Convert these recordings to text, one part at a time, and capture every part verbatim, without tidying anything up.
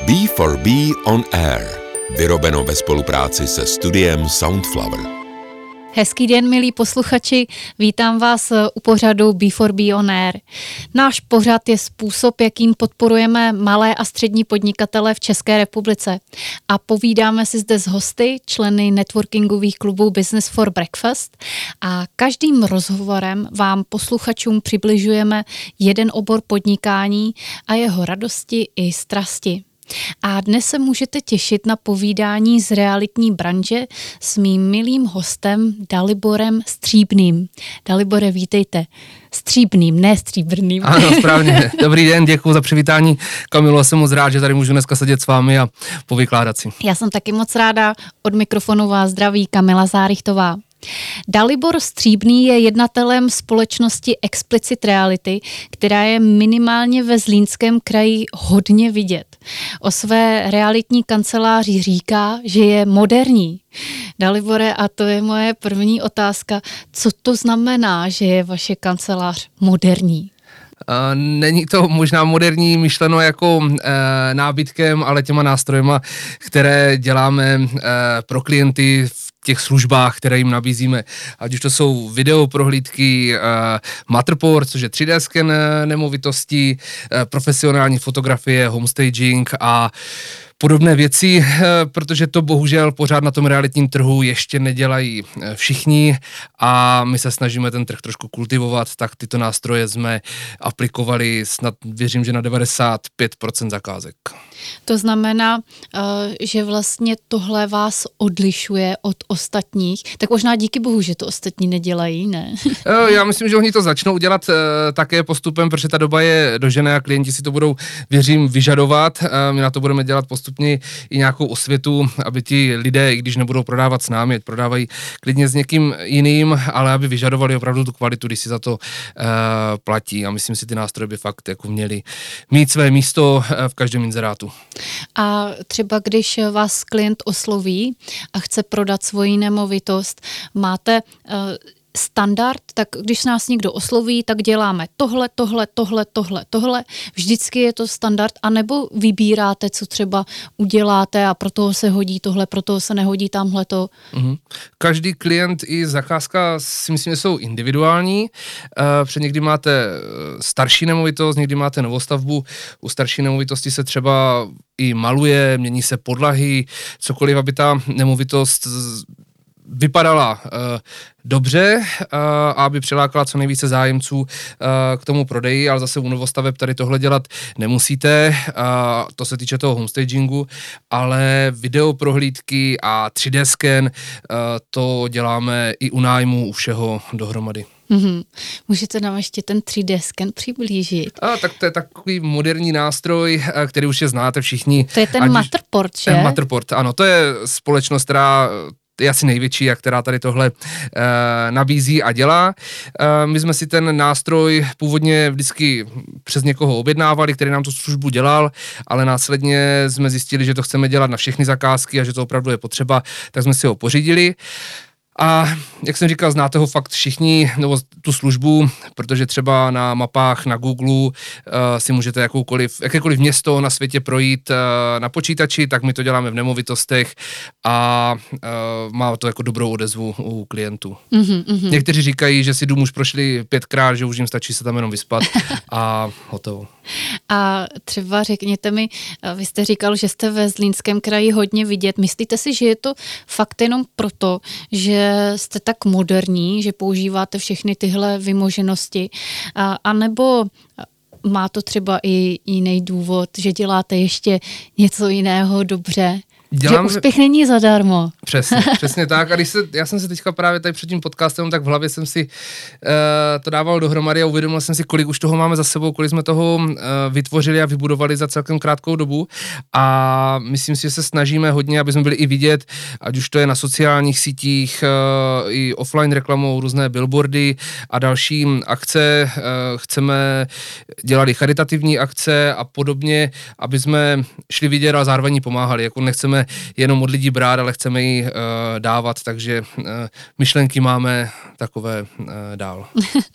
B four B on Air. Vyrobeno ve spolupráci se studiem Soundflower. Hezký den, milí posluchači, vítám vás u pořadu B four B on Air. Náš pořad je způsob, jakým podporujeme malé a střední podnikatele v České republice. A povídáme si zde s hosty, členy networkingových klubů Business for Breakfast. A každým rozhovorem vám posluchačům přibližujeme jeden obor podnikání a jeho radosti i strasti. A dnes se můžete těšit na povídání z realitní branže s mým milým hostem Daliborem Stříbrným. Dalibore, vítejte. Stříbrným, ne stříbrným. Ano, správně. Dobrý den, děkuji za přivítání. Kamilo, jsem moc rád, že tady můžu dneska sedět s vámi a povykládat si. Já jsem taky moc ráda. Od mikrofonu vás zdraví Kamila Zárychtová. Dalibor Stříbrný je jednatelem společnosti Explicit Reality, která je minimálně ve Zlínském kraji hodně vidět. O své realitní kanceláři říká, že je moderní. Dalibore, a to je moje první otázka, co to znamená, že je vaše kancelář moderní? Není to možná moderní myšleno jako e, nábytkem, ale těma nástrojema, které děláme e, pro klienty v těch službách, které jim nabízíme. Ať už to jsou videoprohlídky, e, Matterport, což je tři dé sken nemovitostí, e, profesionální fotografie, homestaging a podobné věci, protože to bohužel pořád na tom realitním trhu ještě nedělají všichni a my se snažíme ten trh trošku kultivovat, tak tyto nástroje jsme aplikovali snad, věřím, že na devadesát pět procent zakázek. To znamená, že vlastně tohle vás odlišuje od ostatních, tak možná díky bohu, že to ostatní nedělají, ne? Já myslím, že oni to začnou dělat také postupem, protože ta doba je dožené a klienti si to budou, věřím, vyžadovat. My na to budeme dělat postupně i nějakou osvětu, aby ti lidé, i když nebudou prodávat s námi, prodávají klidně s někým jiným, ale aby vyžadovali opravdu tu kvalitu, když si za to uh, platí. A myslím si, ty nástroje by fakt jako měly mít své místo v každém inzerátu. A třeba když vás klient osloví a chce prodat svoji nemovitost, máte uh, standard, tak když nás někdo osloví, tak děláme tohle, tohle, tohle, tohle, tohle. Vždycky je to standard, anebo vybíráte, co třeba uděláte a pro toho se hodí tohle, pro toho se nehodí tamhleto. Mm-hmm. Každý klient i zakázka si myslím, že jsou individuální. Uh, protože někdy máte starší nemovitost, někdy máte novostavbu. U starší nemovitosti se třeba i maluje, mění se podlahy, cokoliv, aby ta nemovitost vypadala uh, dobře uh, a aby přilákala co nejvíce zájemců uh, k tomu prodeji, ale zase u novostaveb tady tohle dělat nemusíte, uh, to se týče toho homestagingu, ale videoprohlídky a tři dé sken, uh, to děláme i u nájmu, u všeho dohromady. Mm-hmm. Můžete nám ještě ten tři dé sken přiblížit? A, tak to je takový moderní nástroj, který už je znáte všichni. To je ten Matterport, že? Ten Matterport, ano, to je společnost, která je asi největší, a která tady tohle e, nabízí a dělá. E, my jsme si ten nástroj původně vždycky přes někoho objednávali, který nám tu službu dělal, ale následně jsme zjistili, že to chceme dělat na všechny zakázky a že to opravdu je potřeba, tak jsme si ho pořídili. A jak jsem říkal, znáte ho fakt všichni, nebo tu službu, protože třeba na mapách, na Google uh, si můžete jakoukoliv, jakékoliv město na světě projít uh, na počítači, tak my to děláme v nemovitostech a uh, má to jako dobrou odezvu u klientů. Mm-hmm, mm-hmm. Někteří říkají, že si dům už prošli pětkrát, že už jim stačí se tam jenom vyspat a hotovo. A třeba řekněte mi, vy jste říkal, že jste ve Zlínském kraji hodně vidět. Myslíte si, že je to fakt jenom proto, že jste tak moderní, že používáte všechny tyhle vymoženosti, a, a nebo má to třeba i jiný důvod, že děláte ještě něco jiného dobře? Dělám, že úspěch není zadarmo. Přesně, přesně tak. A když se, já jsem si teďka právě tady před tím podcastem, tak v hlavě jsem si uh, to dával dohromady a uvědomil jsem si, kolik už toho máme za sebou, kolik jsme toho uh, vytvořili a vybudovali za celkem krátkou dobu. A myslím si, že se snažíme hodně, aby jsme byli i vidět, ať už to je na sociálních sítích, uh, i offline reklamou, různé billboardy a další akce. Uh, chceme dělat i charitativní akce a podobně, aby jsme šli vidět a zároveň pomáhali. Jako nechceme nechceme jenom od lidí brát, ale chceme ji uh, dávat, takže uh, myšlenky máme takové uh, dál.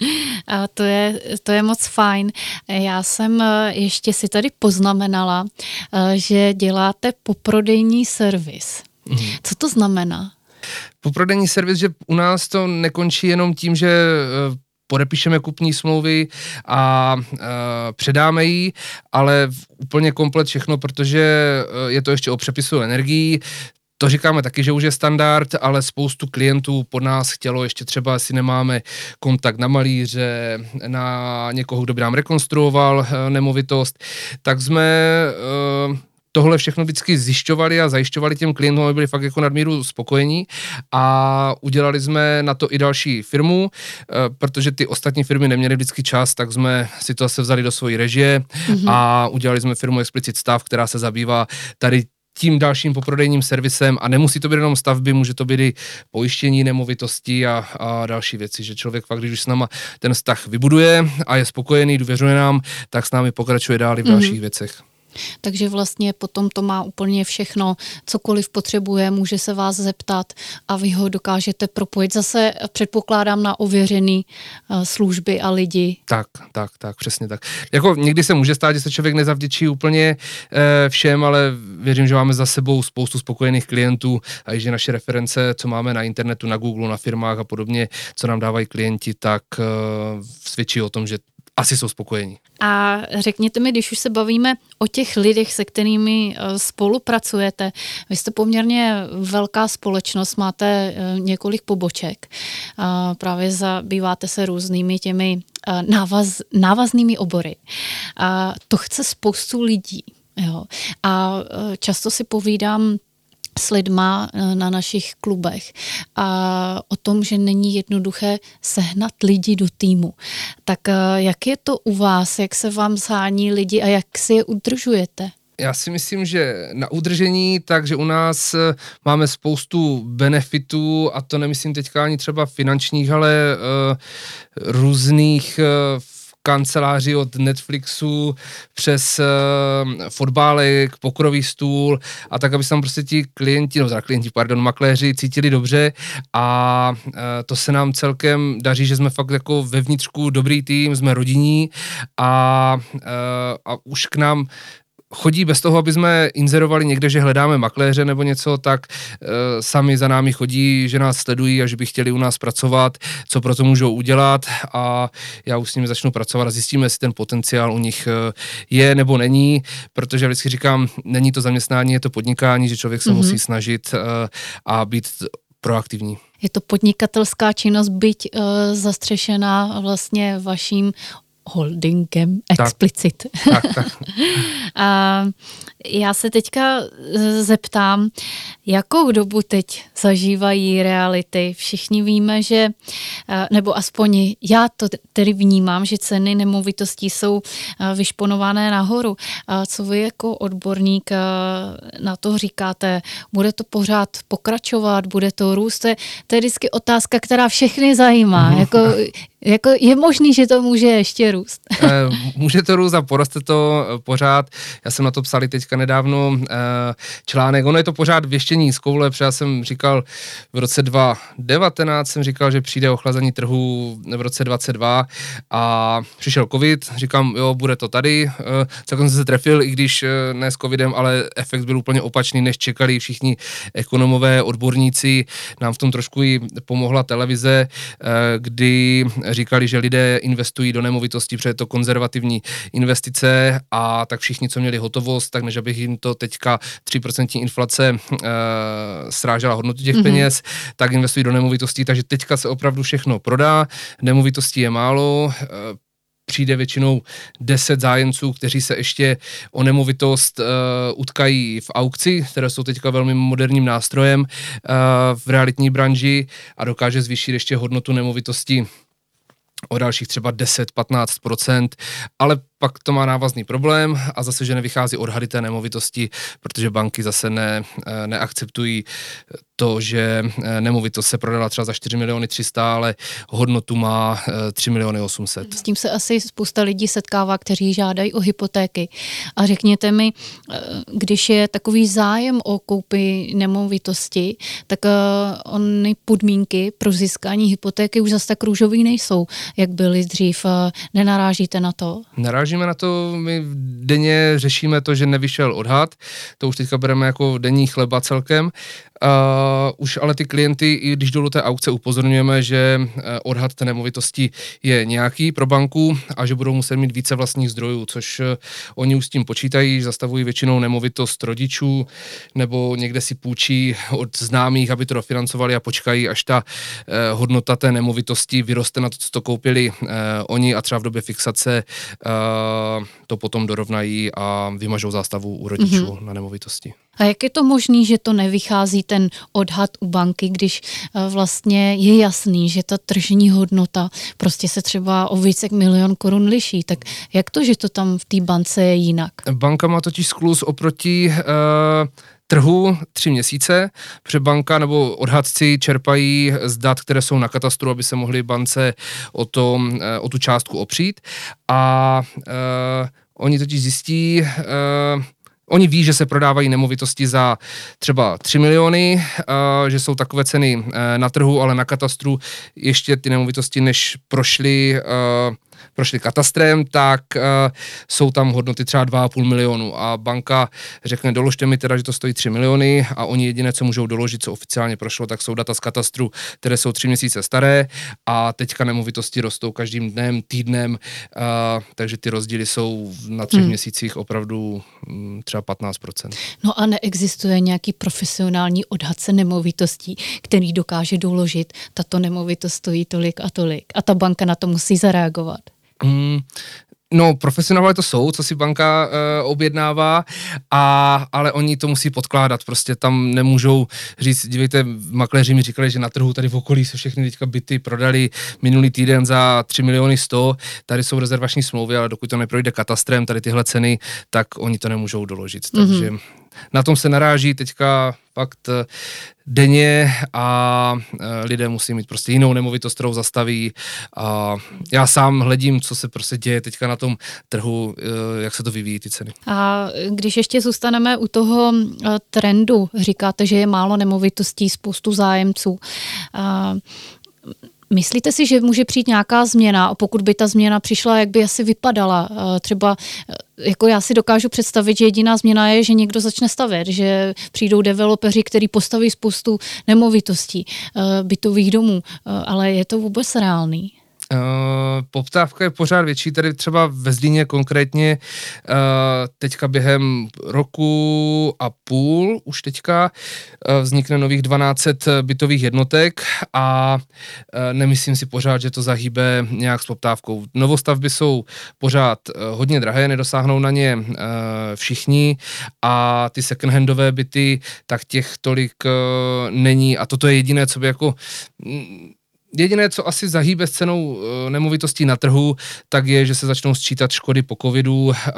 A to je, to je moc fajn. Já jsem ještě si tady poznamenala, že děláte poprodejní servis. Mm. Co to znamená? Poprodejní servis, že u nás to nekončí jenom tím, že podepíšeme kupní smlouvy a uh, předáme ji, ale úplně komplet všechno, protože je to ještě o přepisu energií. To říkáme taky, že už je standard, ale spoustu klientů pod nás chtělo ještě třeba, jestli nemáme kontakt na malíře, na někoho, kdo by nám rekonstruoval uh, nemovitost, tak jsme uh, tohle všechno vždycky zjišťovali a zajišťovali těm klientům, aby byli fakt jako nadmíru spokojení a udělali jsme na to i další firmu, protože ty ostatní firmy neměly vždycky čas, tak jsme si to zase vzali do svojí režie mm-hmm. a udělali jsme firmu Explicit Stav, která se zabývá tady tím dalším poprodejním servisem a nemusí to být jenom stavby, může to být i pojištění nemovitostí a, a další věci, že člověk fakt, když už s náma ten vztah vybuduje a je spokojený, důvěřuje nám, tak s námi pokračuje dál i v dalších mm-hmm. věcech. Takže vlastně potom to má úplně všechno, cokoliv potřebuje, může se vás zeptat a vy ho dokážete propojit. Zase předpokládám na ověřený uh, služby a lidi. Tak, tak, tak, přesně tak. Jako někdy se může stát, že se člověk nezavděčí úplně eh, všem, ale věřím, že máme za sebou spoustu spokojených klientů a že naše reference, co máme na internetu, na Google, na firmách a podobně, co nám dávají klienti, tak eh, svědčí o tom, že asi jsou spokojení. A řekněte mi, když už se bavíme o těch lidech, se kterými spolupracujete, vy jste poměrně velká společnost, máte několik poboček, právě zabýváte se různými těmi návaz, návaznými obory. A to chce spoustu lidí. Jo. A často si povídám s lidma na našich klubech a o tom, že není jednoduché sehnat lidi do týmu. Tak jak je to u vás, jak se vám shání lidi a jak si je udržujete? Já si myslím, že na udržení, takže u nás máme spoustu benefitů a to nemyslím teďka ani třeba finančních, ale uh, různých uh, kanceláři od Netflixu přes uh, fotbálek, pokorový stůl a tak, aby se tam prostě ti klienti, no teda klienti, pardon, makléři cítili dobře a uh, to se nám celkem daří, že jsme fakt jako vevnitřku dobrý tým, jsme rodinní a, uh, a už k nám chodí bez toho, aby jsme inzerovali někde, že hledáme makléře nebo něco, tak e, sami za námi chodí, že nás sledují a že by chtěli u nás pracovat, co pro to můžou udělat a já už s nimi začnu pracovat a zjistíme, jestli ten potenciál u nich e, je nebo není, protože vždycky říkám, není to zaměstnání, je to podnikání, že člověk se mm-hmm. musí snažit e, a být proaktivní. Je to podnikatelská činnost, byť e, zastřešená vlastně vaším holdingem Explicit. Tak, tak, tak. A já se teďka zeptám, jakou dobu teď zažívají reality. Všichni víme, že, nebo aspoň já to tedy vnímám, že ceny nemovitostí jsou vyšponované nahoru. A co vy jako odborník na to říkáte? Bude to pořád pokračovat? Bude to růst? To je, to je vždycky otázka, která všechny zajímá. Jako, jako je možný, že to může ještě růst? Může to růst a poroste to pořád. Já jsem na to psal teďka nedávno článek. Ono je to pořád věštění z koule, protože já jsem říkal v roce dva tisíce devatenáct, jsem říkal, že přijde ochlazení trhu v roce dvacet dva a přišel covid, říkám, jo, bude to tady. Celkem jsem se trefil, i když ne s covidem, ale efekt byl úplně opačný, než čekali všichni ekonomové, odborníci. Nám v tom trošku i pomohla televize, kdy říkali, že lidé investují do nemovitostí, protože je to konzervativní investice a tak všichni, co měli hotovost, tak než abych jim to teďka tři procenta inflace e, srážela hodnotu těch mm-hmm. peněz, tak investují do nemovitostí, takže teďka se opravdu všechno prodá, nemovitostí je málo, e, přijde většinou deset zájemců, kteří se ještě o nemovitost uh, utkají v aukci, které jsou teďka velmi moderním nástrojem uh, v realitní branži a dokáže zvýšit ještě hodnotu nemovitosti o dalších třeba deset až patnáct procent, ale pak to má návazný problém a zase, že nevychází odhady té nemovitosti, protože banky zase ne, neakceptují to, že nemovitost se prodala třeba za čtyři miliony tři sta, ale hodnotu má tři miliony osm set. S tím se asi spousta lidí setkává, kteří žádají o hypotéky. A řekněte mi, když je takový zájem o koupi nemovitosti, tak ony podmínky pro získání hypotéky už zase tak růžový nejsou, jak byly dřív. Nenarážíte na to? Narážíme na to, my denně řešíme to, že nevyšel odhad, to už teďka bereme jako denní chleba celkem. Uh, už ale ty klienty, i když jdou do té aukce, upozorňujeme, že odhad té nemovitosti je nějaký pro banku a že budou muset mít více vlastních zdrojů, což uh, oni už s tím počítají, zastavují většinou nemovitost rodičů nebo někde si půjčí od známých, aby to dofinancovali a počkají, až ta uh, hodnota té nemovitosti vyroste na to, co to koupili uh, oni a třeba v době fixace uh, to potom dorovnají a vymažou zástavu u rodičů mm-hmm. na nemovitosti. A jak je to možný, že to nevychází ten odhad u banky, když vlastně je jasný, že ta tržní hodnota prostě se třeba o více jak milion korun liší, tak jak to, že to tam v té bance je jinak? Banka má totiž skluz oproti uh, trhu tři měsíce, protože banka nebo odhadci čerpají z dat, které jsou na katastru, aby se mohli bance o, to, uh, o tu částku opřít a uh, oni totiž zjistí, uh, Oni ví, že se prodávají nemovitosti za třeba tři miliony, uh, že jsou takové ceny uh, na trhu, ale na katastru ještě ty nemovitosti, než prošly, uh, prošly katastrem, tak uh, jsou tam hodnoty třeba dva a půl milionu a banka řekne, doložte mi teda, že to stojí tři miliony a oni jediné, co můžou doložit, co oficiálně prošlo, tak jsou data z katastru, které jsou tři měsíce staré a teďka nemovitosti rostou každým dnem, týdnem, uh, takže ty rozdíly jsou na třech hmm. měsících opravdu um, třeba patnáct procent. No a neexistuje nějaký profesionální odhadce nemovitostí, který dokáže doložit, tato nemovitost stojí tolik a tolik a ta banka na to musí zareagovat. Mm, no, profesionálové to jsou, co si banka e, objednává, a, ale oni to musí podkládat, prostě tam nemůžou říct, dívejte, makléři mi říkali, že na trhu tady v okolí se všechny teďka byty prodali minulý týden za tři miliony sto, tady jsou rezervační smlouvy, ale dokud to neprojde katastrem, tady tyhle ceny, tak oni to nemůžou doložit, mm-hmm. takže na tom se naráží teďka fakt denně a lidé musí mít prostě jinou nemovitost, kterou zastaví a já sám hledím, co se prostě děje teďka na tom trhu, jak se to vyvíjí ty ceny. A když ještě zůstaneme u toho trendu, říkáte, že je málo nemovitostí, spoustu zájemců. A myslíte si, že může přijít nějaká změna a pokud by ta změna přišla, jak by asi vypadala? Třeba jako já si dokážu představit, že jediná změna je, že někdo začne stavět, že přijdou developeři, kteří postaví spoustu nemovitostí, bytových domů, ale je to vůbec reálný? Uh, poptávka je pořád větší, tady třeba ve Zlíně konkrétně uh, teďka během roku a půl už teďka uh, vznikne nových dvanáct set bytových jednotek a uh, nemyslím si pořád, že to zahýbe nějak s poptávkou. Novostavby jsou pořád uh, hodně drahé, nedosáhnou na ně uh, všichni a ty second-handové byty, tak těch tolik uh, není a toto je jediné, co by jako... Mm, Jediné, co asi zahýbe s cenou e, nemovitostí na trhu, tak je, že se začnou sčítat škody po covidu e,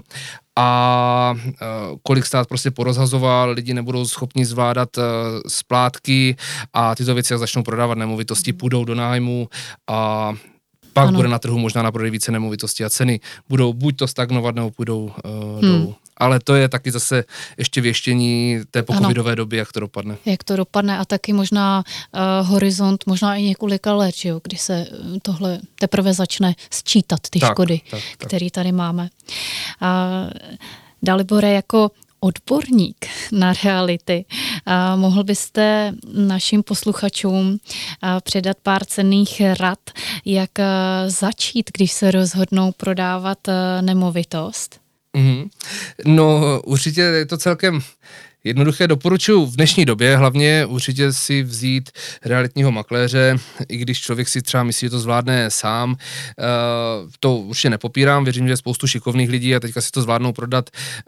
a e, kolik stát prostě porozhazoval, lidi nebudou schopni zvládat e, splátky a tyto věci, jak začnou prodávat nemovitosti, půjdou do nájmu a pak ano. bude na trhu možná na prodej více nemovitostí a ceny budou buď to stagnovat, nebo půjdou uh, hmm. dolů. Ale to je taky zase ještě věštění té pocovidové doby, jak to dopadne. Jak to dopadne a taky možná uh, horizont, možná i několika let, jo, kdy se tohle teprve začne sčítat ty tak, škody, které tady máme. Uh, Dalibore, jako odborník na reality, a mohl byste našim posluchačům předat pár cenných rad, jak začít, když se rozhodnou prodávat nemovitost? Mm-hmm. No určitě je to celkem Jednoduché doporučuji v dnešní době hlavně určitě si vzít realitního makléře, i když člověk si třeba myslí, že to zvládne sám. To určitě nepopírám, věřím, že je spoustu šikovných lidí a teďka si to zvládnou prodat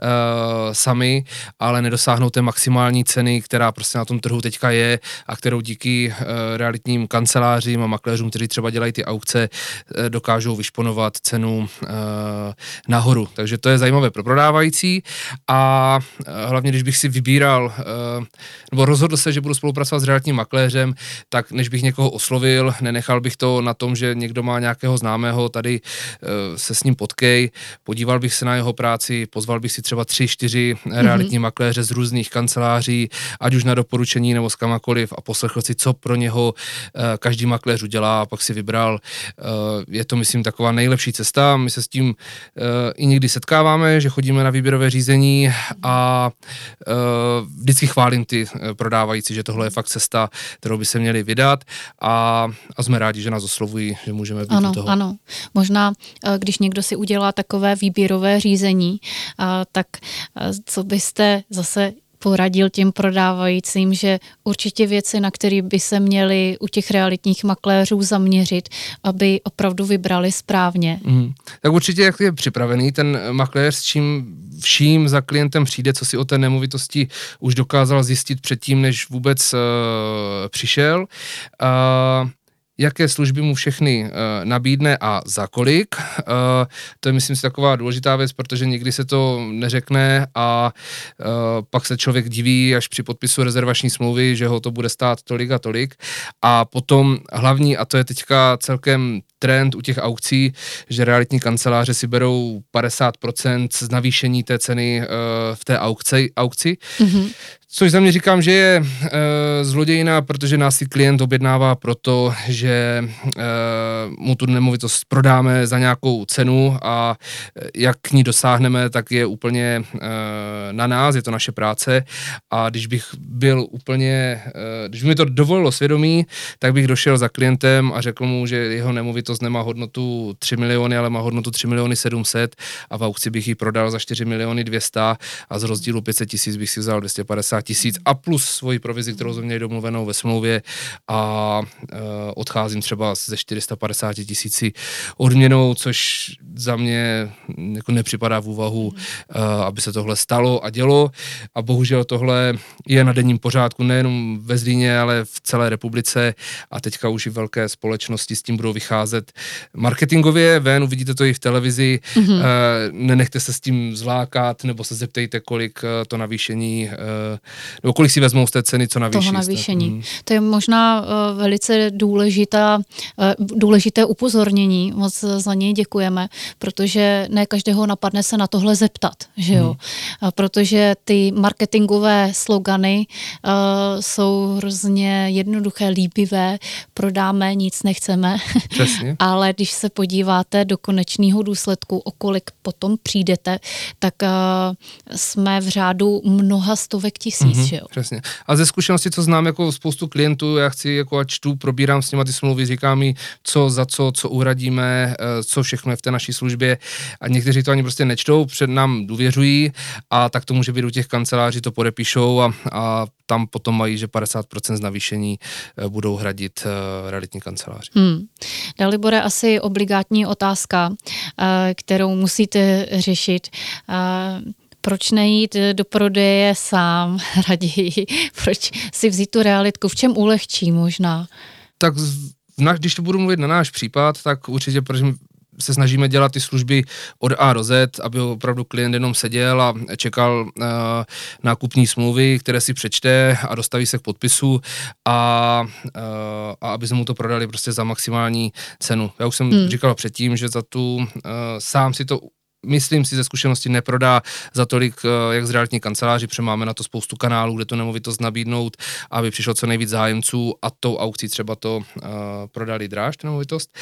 sami, ale nedosáhnou té maximální ceny, která prostě na tom trhu teďka je a kterou díky realitním kancelářím a makléřům, kteří třeba dělají ty aukce, dokážou vyšponovat cenu nahoru. Takže to je zajímavé pro prodávající a hlavně, když bych si vybíral, nebo rozhodl se, že budu spolupracovat s realitním makléřem, tak než bych někoho oslovil, nenechal bych to na tom, že někdo má nějakého známého, tady se s ním potkej, podíval bych se na jeho práci, pozval bych si třeba tři, čtyři realitní mm-hmm. makléře z různých kanceláří, ať už na doporučení nebo s kamakoliv a poslechl si, co pro něho každý makléř udělá a pak si vybral. Je to, myslím, taková nejlepší cesta. My se s tím i někdy setkáváme, že chodíme na výběrové řízení a vždycky chválím ty prodávající, že tohle je fakt cesta, kterou by se měli vydat a, a jsme rádi, že nás oslovují, že můžeme být ano, u toho. Ano, možná, když někdo si udělá takové výběrové řízení, tak co byste zase poradil těm prodávajícím, že určitě věci, na které by se měli u těch realitních makléřů zaměřit, aby opravdu vybrali správně. Mm. Tak určitě, jak je připravený ten makléř, s čím vším za klientem přijde, co si o té nemovitosti už dokázal zjistit předtím, než vůbec uh, přišel. Uh, jaké služby mu všechny uh, nabídne a za kolik. Uh, to je, myslím si, taková důležitá věc, protože nikdy se to neřekne a uh, pak se člověk diví až při podpisu rezervační smlouvy, že ho to bude stát tolik a tolik. A potom hlavní, a to je teďka celkem trend u těch aukcí, že realitní kanceláře si berou padesát procent z navýšení té ceny uh, v té aukci. aukci. Mm-hmm. Což za mě říkám, že je e, zlodějina, protože nás si klient objednává proto, že e, mu tu nemovitost prodáme za nějakou cenu a jak k ní dosáhneme, tak je úplně e, na nás, je to naše práce a když bych byl úplně, e, když by mi to dovolilo svědomí, tak bych došel za klientem a řekl mu, že jeho nemovitost nemá hodnotu tři miliony, ale má hodnotu tři miliony sedm set a v aukci bych ji prodal za čtyři miliony dvě stě a z rozdílu pět set tisíc bych si vzal dvě stě padesát tisíc a plus svoji provizi, kterou jsme měli domluvenou ve smlouvě a e, odcházím třeba ze čtyři sta padesát tisíci odměnou, což za mě jako nepřipadá v úvahu, e, aby se tohle stalo a dělo a bohužel tohle je na denním pořádku nejenom ve Zlíně, ale v celé republice a teďka už i velké společnosti s tím budou vycházet marketingově ven, uvidíte to i v televizi, mm-hmm. e, nenechte se s tím zlákat nebo se zeptejte, kolik to navýšení e, nebo kolik si vezmou z té ceny, co navýší. Toho navýšení. Hmm. To je možná uh, velice důležitá, uh, důležité upozornění. Moc za něj děkujeme, protože ne každého napadne se na tohle zeptat, že jo? Hmm. Uh, protože ty marketingové slogany uh, jsou hrozně jednoduché, líbivé, prodáme, nic nechceme. Přesně. Ale když se podíváte do konečného důsledku, o kolik potom přijdete, tak uh, jsme v řádu mnoha stovek tisíc. Mm-hmm, že jo? Přesně. A ze zkušenosti, co znám jako spoustu klientů, já chci jako a čtu, probírám s nimi ty smlouvy, říkám mi, co za co, co uhradíme, co všechno je v té naší službě a někteří to ani prostě nečtou, před nám důvěřují a tak to může být u těch kanceláří, to podepíšou a, a tam potom mají, že padesát procent z navýšení budou hradit uh, realitní kanceláři. Hmm. Dalibore, asi obligátní otázka, uh, kterou musíte řešit. Uh, Proč nejít do prodeje sám raději? Proč si vzít tu realitku? V čem ulehčí možná? Tak naš, když to budu mluvit na náš případ, tak určitě, protože se snažíme dělat ty služby od A do Z, aby opravdu klient jenom seděl a čekal uh, nákupní smlouvy, které si přečte a dostaví se k podpisu a, uh, a aby jsme mu to prodali prostě za maximální cenu. Já už jsem hmm. říkal předtím, že za tu uh, sám si to myslím si ze zkušenosti neprodá za tolik, jak z realitní kanceláři, protože máme na to spoustu kanálů, kde tu nemovitost nabídnout, aby přišlo co nejvíc zájemců a tou aukcí třeba to uh, prodali dráž, tu nemovitost.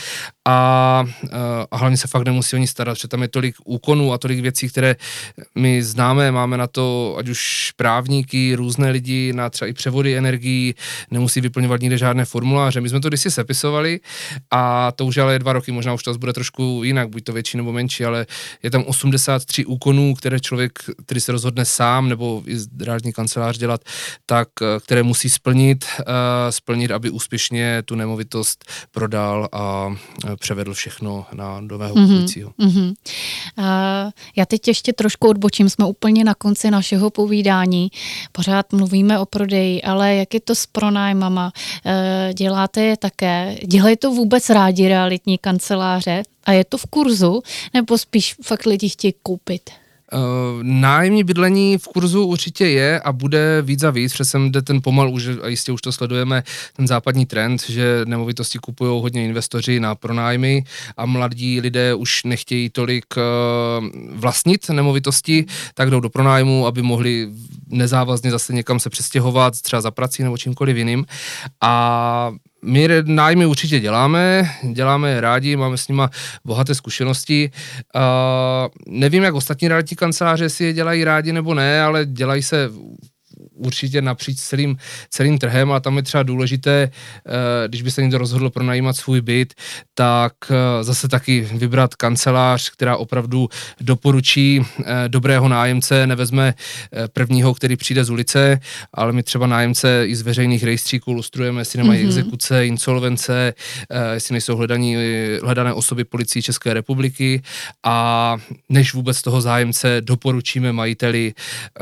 A, uh, a hlavně se fakt nemusí o ní starat, protože tam je tolik úkonů a tolik věcí, které my známe, máme na to ať už právníky, různé lidi, na třeba i převody energií, nemusí vyplňovat nikde žádné formuláře. My jsme to kdysi sepisovali a to už ale je dva roky, možná už to bude trošku jinak, buď to větší nebo menší, ale je tam osmdesát tři úkonů, které člověk, který se rozhodne sám nebo i drážní kancelář dělat, tak které musí splnit, splnit, aby úspěšně tu nemovitost prodal a převedl všechno na nového kupujícího. Mm-hmm. Uh, já teď ještě trošku odbočím, jsme úplně na konci našeho povídání. Pořád mluvíme o prodeji, ale jak je to s pronájmama? Uh, děláte je také? Dělají to vůbec rádi realitní kanceláře? A je to v kurzu? Nebo spíš fakt lidi chtějí koupit? Uh, nájemní bydlení v kurzu určitě je a bude víc a víc, protože sem jde ten pomal, už, a jistě už to sledujeme, ten západní trend, že nemovitosti kupují hodně investoři na pronájmy a mladí lidé už nechtějí tolik uh, vlastnit nemovitosti, tak jdou do pronájmu, aby mohli nezávazně zase někam se přestěhovat, třeba za prací nebo čímkoliv jiným. A my nájmy určitě děláme, děláme je rádi, máme s nima bohaté zkušenosti. Uh, nevím, jak ostatní realitní kanceláře si je dělají rádi nebo ne, ale dělají se určitě napříč celým, celým trhem a tam je třeba důležité, když by se někdo rozhodl pronajímat svůj byt, tak zase taky vybrat kancelář, která opravdu doporučí dobrého nájemce, nevezme prvního, který přijde z ulice, ale my třeba nájemce i z veřejných rejstříků lustrujeme, jestli nemají mm-hmm. exekuce, insolvence, jestli nejsou hledaní, hledané osoby policií České republiky a než vůbec toho zájemce doporučíme majiteli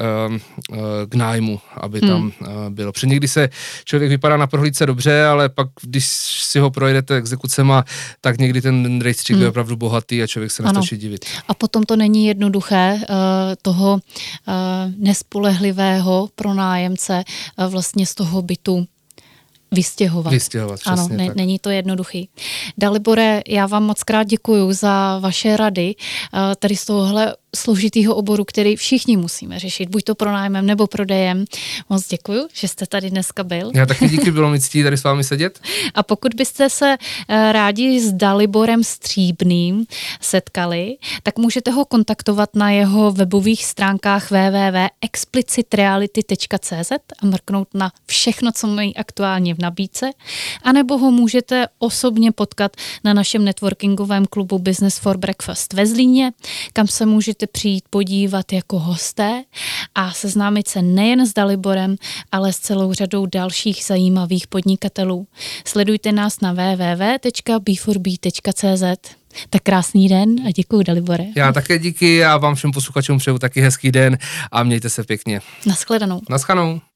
k nájmu, aby tam hmm. bylo. Protože někdy se člověk vypadá na prohlídce dobře, ale pak, když si ho projedete exekucema, tak někdy ten rejstřík hmm. je opravdu bohatý a člověk se nestačí divit. A potom to není jednoduché uh, toho uh, nespolehlivého pronájemce uh, vlastně z toho bytu vystěhovat. Vystěhovat, ano, přesně ne, tak. Není to jednoduchý. Dalibore, já vám moc krát děkuju za vaše rady uh, tady z tohohle složitýho oboru, který všichni musíme řešit, buď to pronájmem nebo prodejem. Moc děkuju, že jste tady dneska byl. Já taky díky, bylo mi ctí tady s vámi sedět. A pokud byste se rádi s Daliborem Stříbným setkali, tak můžete ho kontaktovat na jeho webových stránkách w w w tečka explicit reality tečka c z a mrknout na všechno, co mají aktuálně v nabídce, anebo ho můžete osobně potkat na našem networkingovém klubu Business for Breakfast ve Zlíně, kam se můžete přijít podívat jako hosté a seznámit se nejen s Daliborem, ale s celou řadou dalších zajímavých podnikatelů. Sledujte nás na w w w tečka b four b tečka c z. Tak krásný den a děkuju, Dalibore. Já také díky a vám všem posluchačům přeju taky hezký den a mějte se pěkně. Naschledanou. Naschledanou.